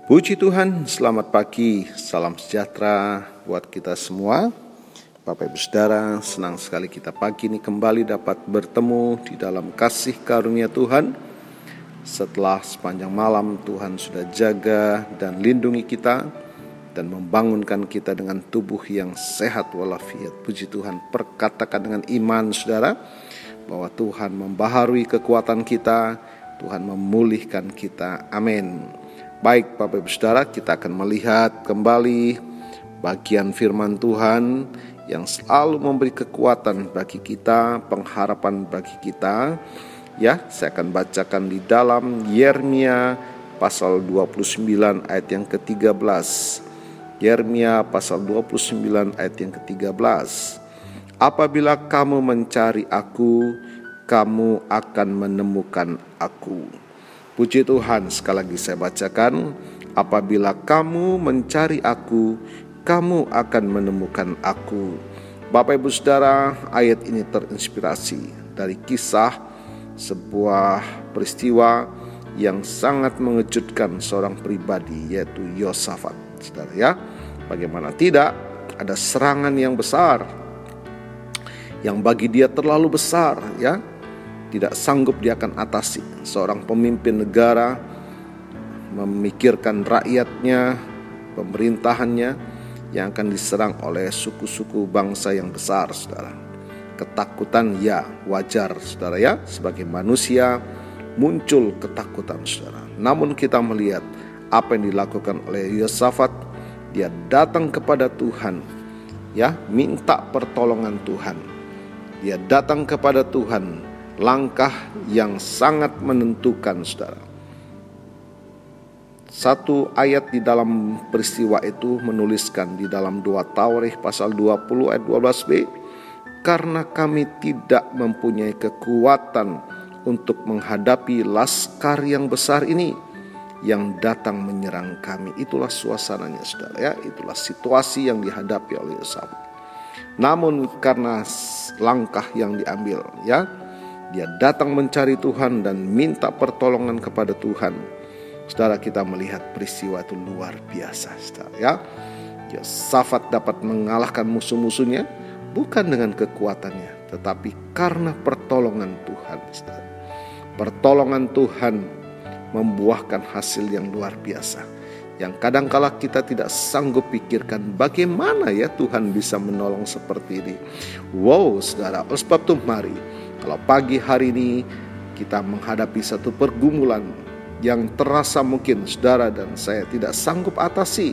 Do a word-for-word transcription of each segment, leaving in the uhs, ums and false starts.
Puji Tuhan, selamat pagi, salam sejahtera buat kita semua. Bapak Ibu Saudara, senang sekali kita pagi ini kembali dapat bertemu di dalam kasih karunia Tuhan. Setelah sepanjang malam Tuhan sudah jaga dan lindungi kita dan membangunkan kita dengan tubuh yang sehat walafiat. Puji Tuhan, perkatakan dengan iman saudara bahwa Tuhan membaharui kekuatan kita, Tuhan memulihkan kita. Amin. Baik Bapak Ibu Saudara, kita akan melihat kembali bagian firman Tuhan yang selalu memberi kekuatan bagi kita, pengharapan bagi kita. Ya, saya akan bacakan di dalam Yeremia pasal dua puluh sembilan ayat yang ketiga belas. Yeremia pasal dua puluh sembilan ayat yang ketiga belas. Apabila kamu mencari aku, kamu akan menemukan aku. Puji Tuhan, sekali lagi saya bacakan. Apabila kamu mencari aku, kamu akan menemukan aku. Bapak Ibu Saudara, ayat ini terinspirasi dari kisah sebuah peristiwa yang sangat mengejutkan seorang pribadi, yaitu Yosafat. Saudara ya, bagaimana tidak, ada serangan yang besar yang bagi dia terlalu besar ya. Tidak sanggup dia akan atasi. Seorang pemimpin negara memikirkan rakyatnya, pemerintahannya yang akan diserang oleh suku-suku bangsa yang besar, saudara. Ketakutan ya wajar, saudara ya. Sebagai manusia muncul ketakutan, saudara. Namun kita melihat apa yang dilakukan oleh Yosafat. Dia datang kepada Tuhan, ya, minta pertolongan Tuhan. Dia datang kepada Tuhan. Langkah yang sangat menentukan, saudara. Satu ayat di dalam peristiwa itu menuliskan di dalam dua Tawarikh pasal dua puluh ayat dua belas b, karena kami tidak mempunyai kekuatan untuk menghadapi laskar yang besar ini yang datang menyerang kami. Itulah suasananya, saudara ya. Itulah situasi yang dihadapi oleh Yosafat. Namun karena langkah yang diambil, ya, dia datang mencari Tuhan dan minta pertolongan kepada Tuhan. Saudara, kita melihat peristiwa itu luar biasa, saudara ya. Yosafat dapat mengalahkan musuh-musuhnya bukan dengan kekuatannya, tetapi karena pertolongan Tuhan, saudara. Pertolongan Tuhan membuahkan hasil yang luar biasa, yang kadangkala kita tidak sanggup pikirkan bagaimana ya Tuhan bisa menolong seperti ini. Wow, saudara, oleh sebab itu mari, kalau pagi hari ini kita menghadapi satu pergumulan yang terasa mungkin saudara dan saya tidak sanggup atasi,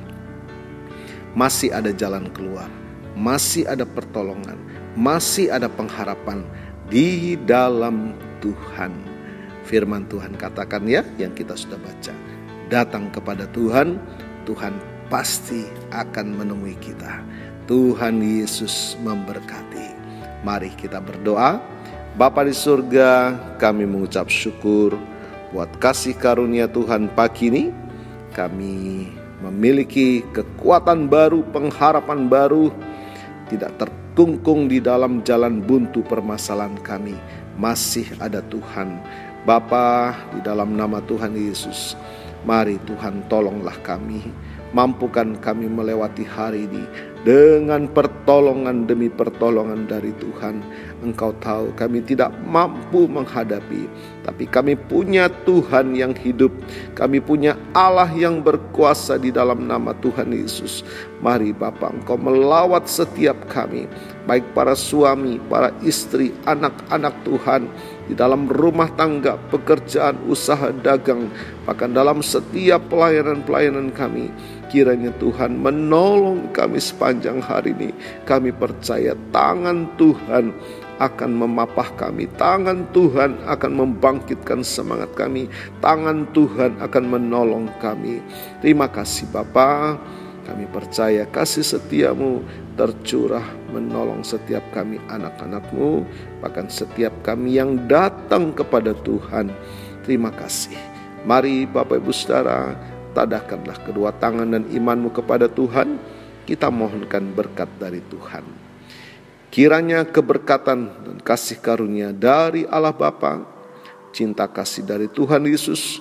masih ada jalan keluar, masih ada pertolongan, masih ada pengharapan di dalam Tuhan. Firman Tuhan katakan ya, yang kita sudah baca, datang kepada Tuhan, Tuhan pasti akan menemui kita. Tuhan Yesus memberkati. Mari kita berdoa. Bapa di surga, kami mengucap syukur buat kasih karunia Tuhan pagi ini. Kami memiliki kekuatan baru, pengharapan baru, tidak terkungkung di dalam jalan buntu permasalahan kami. Masih ada Tuhan. Bapa, di dalam nama Tuhan Yesus, mari Tuhan tolonglah kami. Mampukan kami melewati hari ini dengan pertolongan demi pertolongan dari Tuhan. Engkau tahu kami tidak mampu menghadapi, tapi kami punya Tuhan yang hidup. Kami punya Allah yang berkuasa di dalam nama Tuhan Yesus. Mari Bapa, Engkau melawat setiap kami, baik para suami, para istri, anak-anak Tuhan, di dalam rumah tangga, pekerjaan, usaha, dagang, bahkan dalam setiap pelayanan-pelayanan kami. Kiranya Tuhan menolong kami sepanjang hari ini. Kami percaya tangan Tuhan akan memapah kami. Tangan Tuhan akan membangkitkan semangat kami. Tangan Tuhan akan menolong kami. Terima kasih Bapa. Kami percaya kasih setiamu tercurah menolong setiap kami anak-anakmu, bahkan setiap kami yang datang kepada Tuhan. Terima kasih. Mari Bapak Ibu Saudara, tadahkanlah kedua tangan dan imanmu kepada Tuhan. Kita mohonkan berkat dari Tuhan. Kiranya keberkatan dan kasih karunia dari Allah Bapa, cinta kasih dari Tuhan Yesus,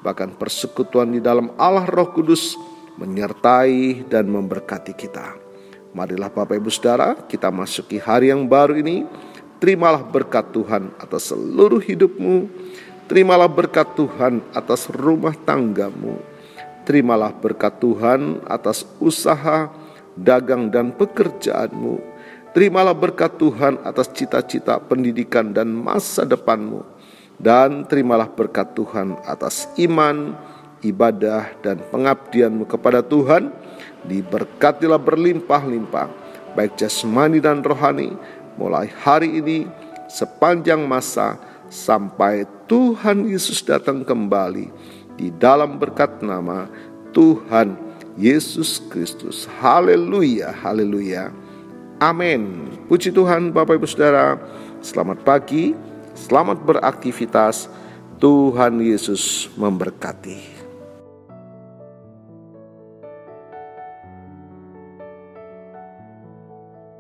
bahkan persekutuan di dalam Allah Roh Kudus menyertai dan memberkati kita. Marilah Bapak Ibu Saudara, kita masuki hari yang baru ini. Terimalah berkat Tuhan atas seluruh hidupmu. Terimalah berkat Tuhan atas rumah tanggamu. Terimalah berkat Tuhan atas usaha, dagang dan pekerjaanmu. Terimalah berkat Tuhan atas cita-cita pendidikan dan masa depanmu. Dan terimalah berkat Tuhan atas iman, ibadah dan pengabdianmu kepada Tuhan. Diberkatilah berlimpah-limpah, baik jasmani dan rohani, mulai hari ini sepanjang masa sampai Tuhan Yesus datang kembali, di dalam berkat nama Tuhan Yesus Kristus. Haleluya, haleluya, amin. Puji Tuhan Bapak Ibu Saudara. Selamat pagi, selamat beraktivitas. Tuhan Yesus memberkati.